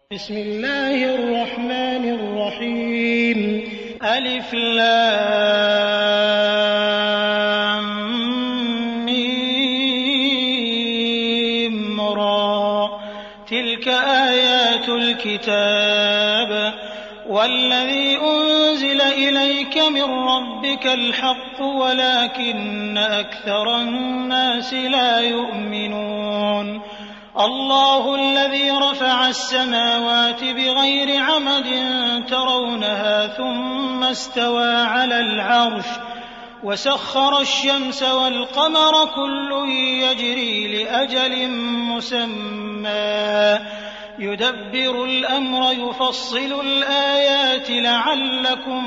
بسم الله الرحمن الرحيم ألف لام ميم را تلك آيات الكتاب والذي أنزل إليك من ربك الحق ولكن أكثر الناس لا يؤمنون الله الذي رفع السماوات بغير عمد ترونها ثم استوى على العرش وسخر الشمس والقمر كل يجري لأجل مسمى يدبر الأمر يفصل الآيات لعلكم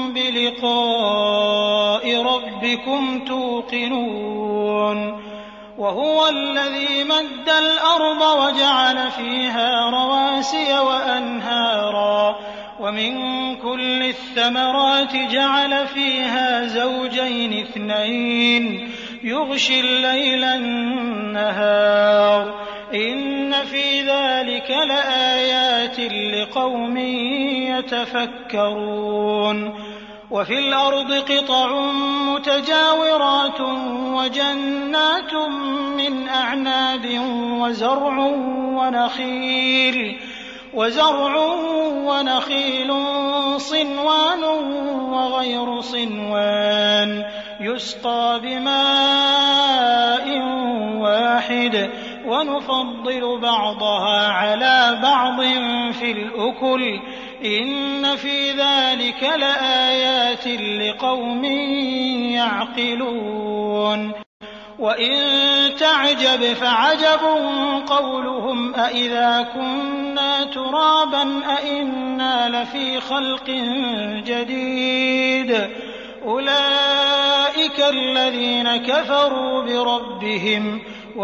بلقاء ربكم توقنون وهو الذي مد الأرض وجعل فيها رواسي وأنهارا ومن كل الثمرات جعل فيها زوجين اثنين يغشي الليل النهار إن في ذلك لآيات لقوم يتفكرون وفي الأرض قطع متجاورات وجنات من أعناب وزرع ونخيل صنوان وغير صنوان يسقى بماء واحد ونفضل بعضها على بعض في الأكل إن في ذلك لآيات لقوم يعقلون وإن تعجب فعجب قولهم أإذا كنا ترابا أإنا لفي خلق جديد أولئك الذين كفروا بربهم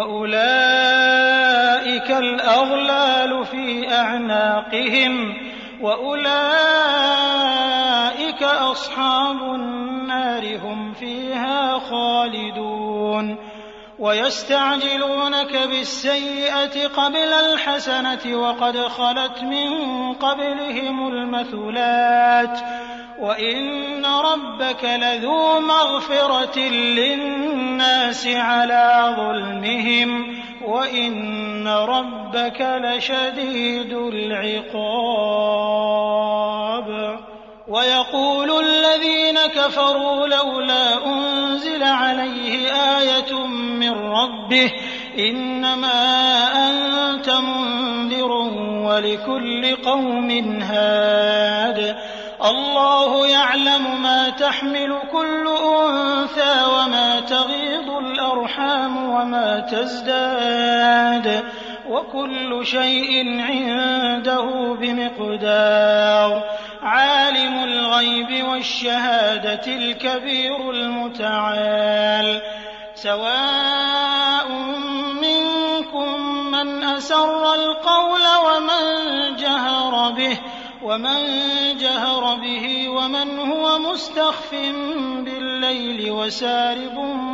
وأولئك الأغلال في أعناقهم وأولئك أصحاب النار هم فيها خالدون ويستعجلونك بالسيئة قبل الحسنة وقد خلت من قبلهم المثلات وإن ربك لذو مغفرة للناس على ظلمهم وإن ربك لشديد العقاب ويقول الذين كفروا لولا أنزل عليه آية من ربه إنما أنت منذر ولكل قوم هاد الله يعلم ما تحمل كل أنثى وما تغيض الأرحام وما تزداد وكل شيء عنده بمقدار عالم الغيب والشهادة الكبير المتعال سواء منكم من أسر القول ومن جهر به ومن هو مستخف بالليل وسارب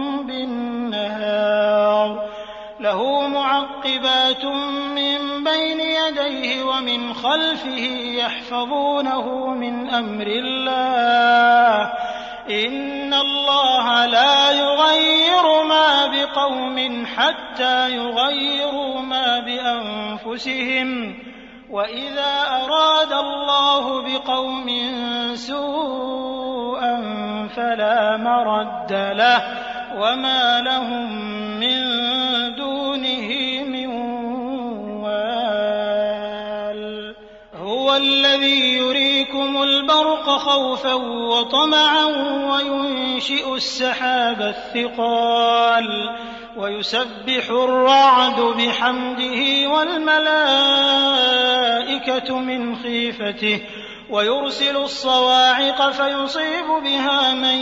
بالنهار له معقبات من بين يديه ومن خلفه يحفظونه من أمر الله إن الله لا يغير ما بقوم حتى يغيروا ما بأنفسهم وإذا أراد الله بقوم سوءا فلا مرد له وما لهم من دونه من وال هو الذي يريكم البرق خوفا وطمعا وينشئ السحاب الثقال ويسبح الرعد بحمده والملائكة من خيفته ويرسل الصواعق فيصيب بها من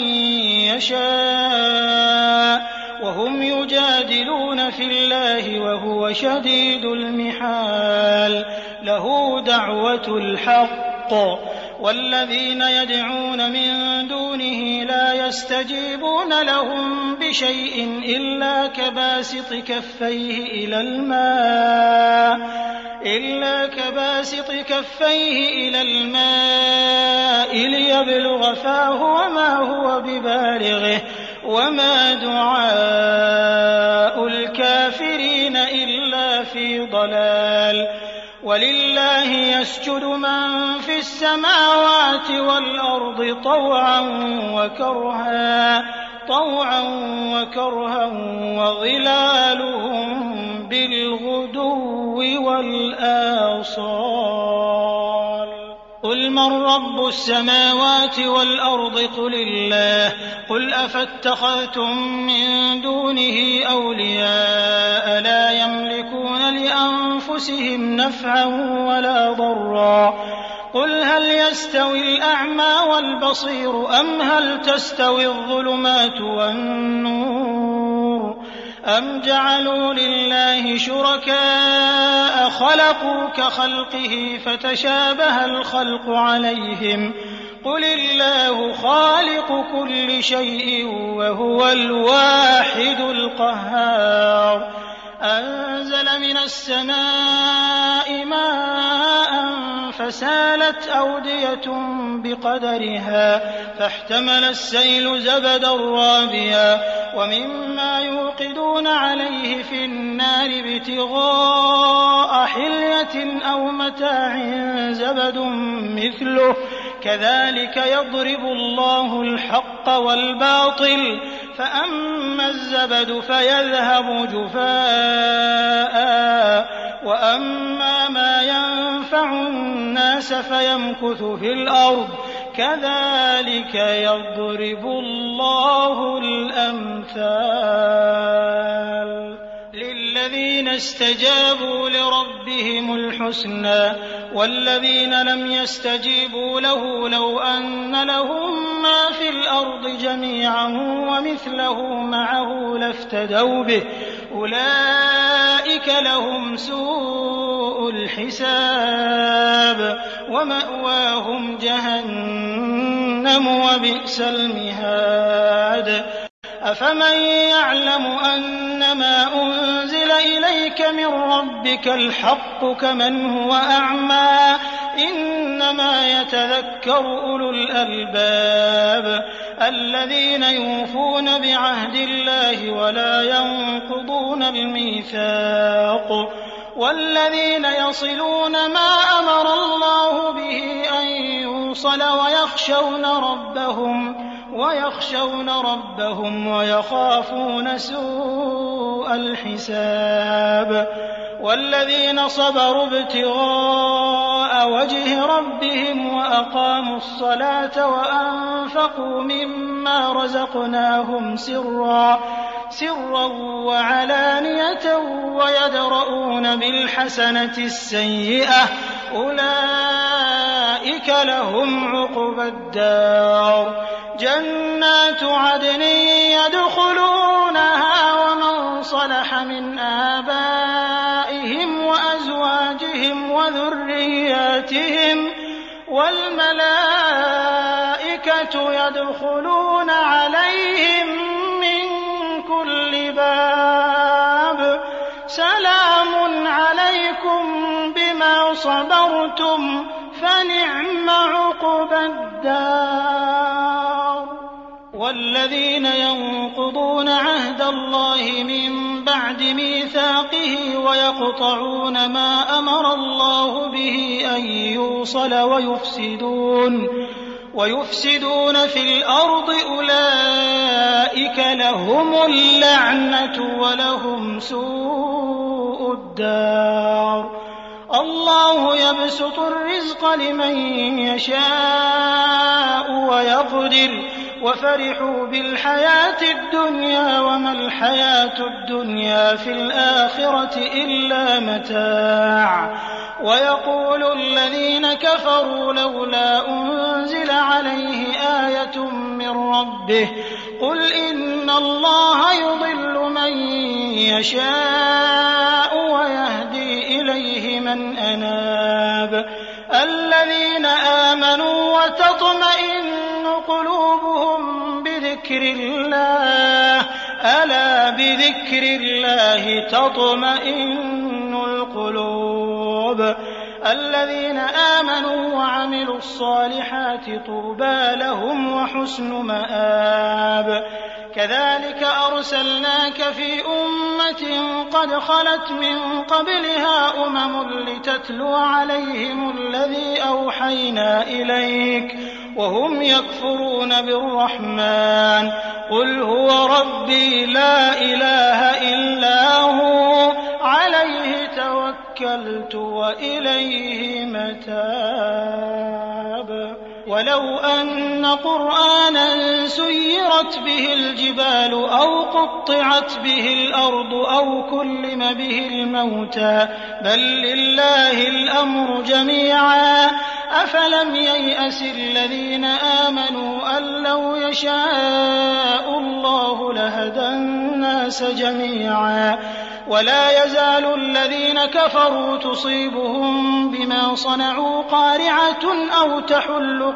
يشاء وهم يجادلون في الله وهو شديد المحال له دعوة الحق والذين يدعون من دونه لا يستجيبون لهم بشيء إلا كباسط كفيه إلى الماء إلا كباسط كفيه إلى الماء ليبلغ فاه وما هو ببالغه وما دعاء الكافرين إلا في ضلال ولله يسجد من في السماوات والأرض طوعا وكرها وظلالهم بالغدو والآصال قل من رب السماوات والأرض قل الله قل أفاتخذتم من دونه أولياء لا يملكون لأنفسهم نفعا ولا ضرا قل هل يستوي الأعمى والبصير أم هل تستوي الظلمات والنور أم جعلوا لله شركاء خلقوا كخلقه فتشابه الخلق عليهم قل الله خالق كل شيء وهو الواحد القهار أنزل من السماء ماء فسالت أودية بقدرها فاحتمل السيل زبدا رابيا ومما يوقدون عليه في النار ابتغاء حلية أو متاع زبد مثله كذلك يضرب الله الحق والباطل فأما الزبد فيذهب جفاء وأما ما ينفع الناس فيمكث في الأرض كذلك يضرب الله الأمثال للذين استجابوا لربهم الحسنى والذين لم يستجيبوا له لو أن لهم ما في الأرض جميعا ومثله معه لافتدوا به أولئك لهم سوء الحساب ومأواهم جهنم وبئس المهاد أفمن يعلم أنما أنزل إليك من ربك الحق كمن هو أعمى إنما يتذكر أولو الألباب الذين يوفون بعهد الله ولا ينقضون الميثاق والذين يصلون ما أمر الله به أن يوصل ويخشون ربهم ويخافون سوء الحساب والذين صبروا ابتغاء وجه ربهم وأقاموا الصلاة وأنفقوا مما رزقناهم سرا وعلانية ويدرؤون بالحسنة السيئة أولئك لهم عقبى الدار جنات عدن يدخلونها ومن صلح من آبائهم وأزواجهم وذرياتهم والملائكة يدخلون عليهم من كل باب سلام عليكم بما صبرتم فنعم عقبى الدار والذين ينقضون عهد الله من بعد ميثاقه ويقطعون ما أمر الله به أن يوصل ويفسدون في الأرض أولئك لهم اللعنة ولهم سوء الدار الله يبسط الرزق لمن يشاء ويقدر وفرحوا بالحياة الدنيا وما الحياة الدنيا في الآخرة إلا متاع ويقول الذين كفروا لولا أنزل عليه آية من ربه قل إن الله يضل من يشاء ويهدي إليه من أناب الذين آمنوا وتطمئن قلوبهم بذكر الله ألا بذكر الله تطمئن القلوب التراب الذين آمنوا وعملوا الصالحات طوبى لهم وحسن مآب كذلك أرسلناك في أمة قد خلت من قبلها لتتلو عليهم الذي أوحينا إليك وهم يكفرون بالرحمن قل هو ربي لا إله إلا هو عليه توكلت وإليه متاب ولو أن قرآنا سيرت به الجبال أو قطعت به الأرض أو كلم به الموتى بل لله الأمر جميعا أفلم ييأس الذين آمنوا أن لو يشاء الله لهدى الناس جميعا ولا يزال الذين كفروا تصيبهم بما صنعوا قارعة أو تحل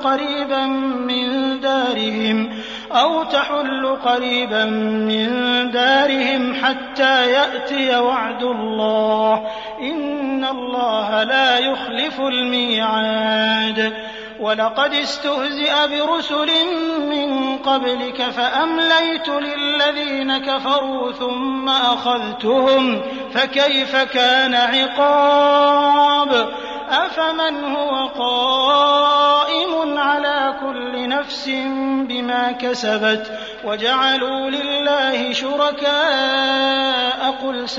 قريبا من دارهم حتى يأتي وعد الله إن الله لا يخلف الميعاد ولقد استهزئ برسل من قبلك فأمليت للذين كفروا ثم أخذتهم فكيف كان عقاب أفمن هو قائم على كل نفس بما كسبت وجعلوا لله شركاء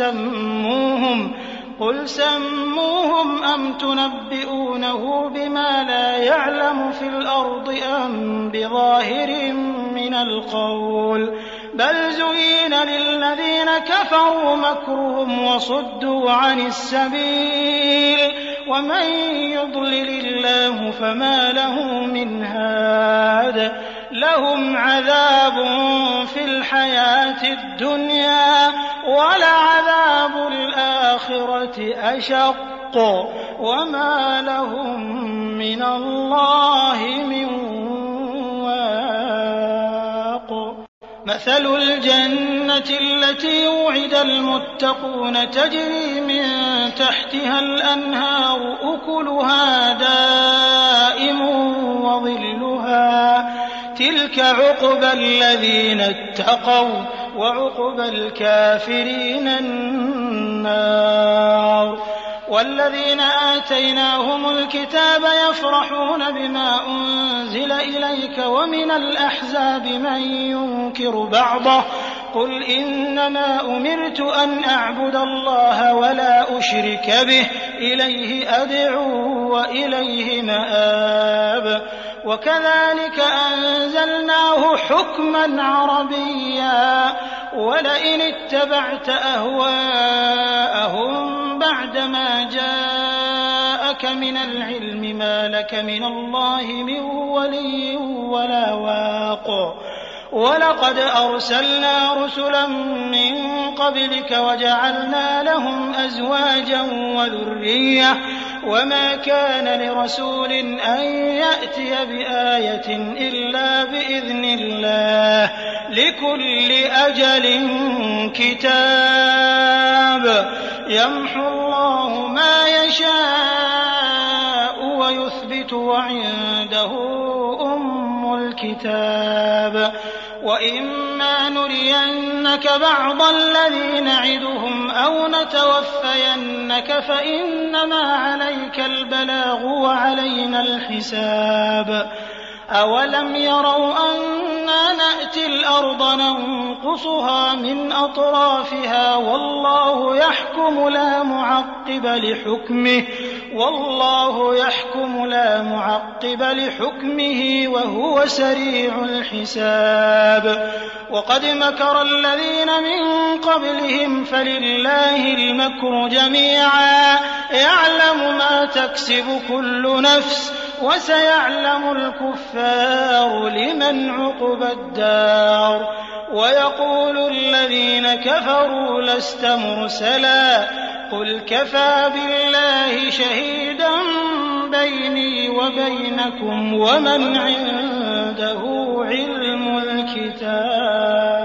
قل سموهم أم تنبئونه بما لا يعلم في الأرض أم بظاهر من القول بل زين للذين كفروا مكرهم وصدوا عن السبيل ومن يضلل الله فما له من هاد لهم عذاب في الحياة الدنيا ولعذاب الآخرة أشق وما لهم من الله من واق مثل الجنة التي وعد المتقون تجري من تحتها الأنهار أكلها دائم وظلها تلك عقبى الذين اتقوا وعقبى الكافرين النار والذين آتيناهم الكتاب يفرحون بما أنزل إليك ومن الأحزاب من ينكر بعضه قل إنما أمرت أن أعبد الله ولا أشرك به إليه أدعو وإليه مآب وكذلك أنزلناه حكما عربيا ولئن اتبعت أهواءهم بعدما جاءك من العلم ما لك من الله من ولي ولا واق ولقد أرسلنا رسلا من قبلك وجعلنا لهم أزواجا وذرية وما كان لرسول أن يأتي بآية إلا بإذن الله لكل أجل كتاب يمحو الله ما يشاء ويثبت وعنده أم الكتاب وإما نرينك بعض الذي نعدهم أو نتوفينك فإنما عليك البلاغ وعلينا الحساب أولم يروا أنا نأتي الأرض ننقصها من أطرافها والله يحكم لا معقب لحكمه وهو سريع الحساب وقد مكر الذين من قبلهم فلله المكر جميعا يعلم ما تكسب كل نفس وسيعلم الكفار لمن عقبى الدار ويقول الذين كفروا لست مرسلا قل كفى بالله شهيدا بيني وبينكم ومن عنده علم الكتاب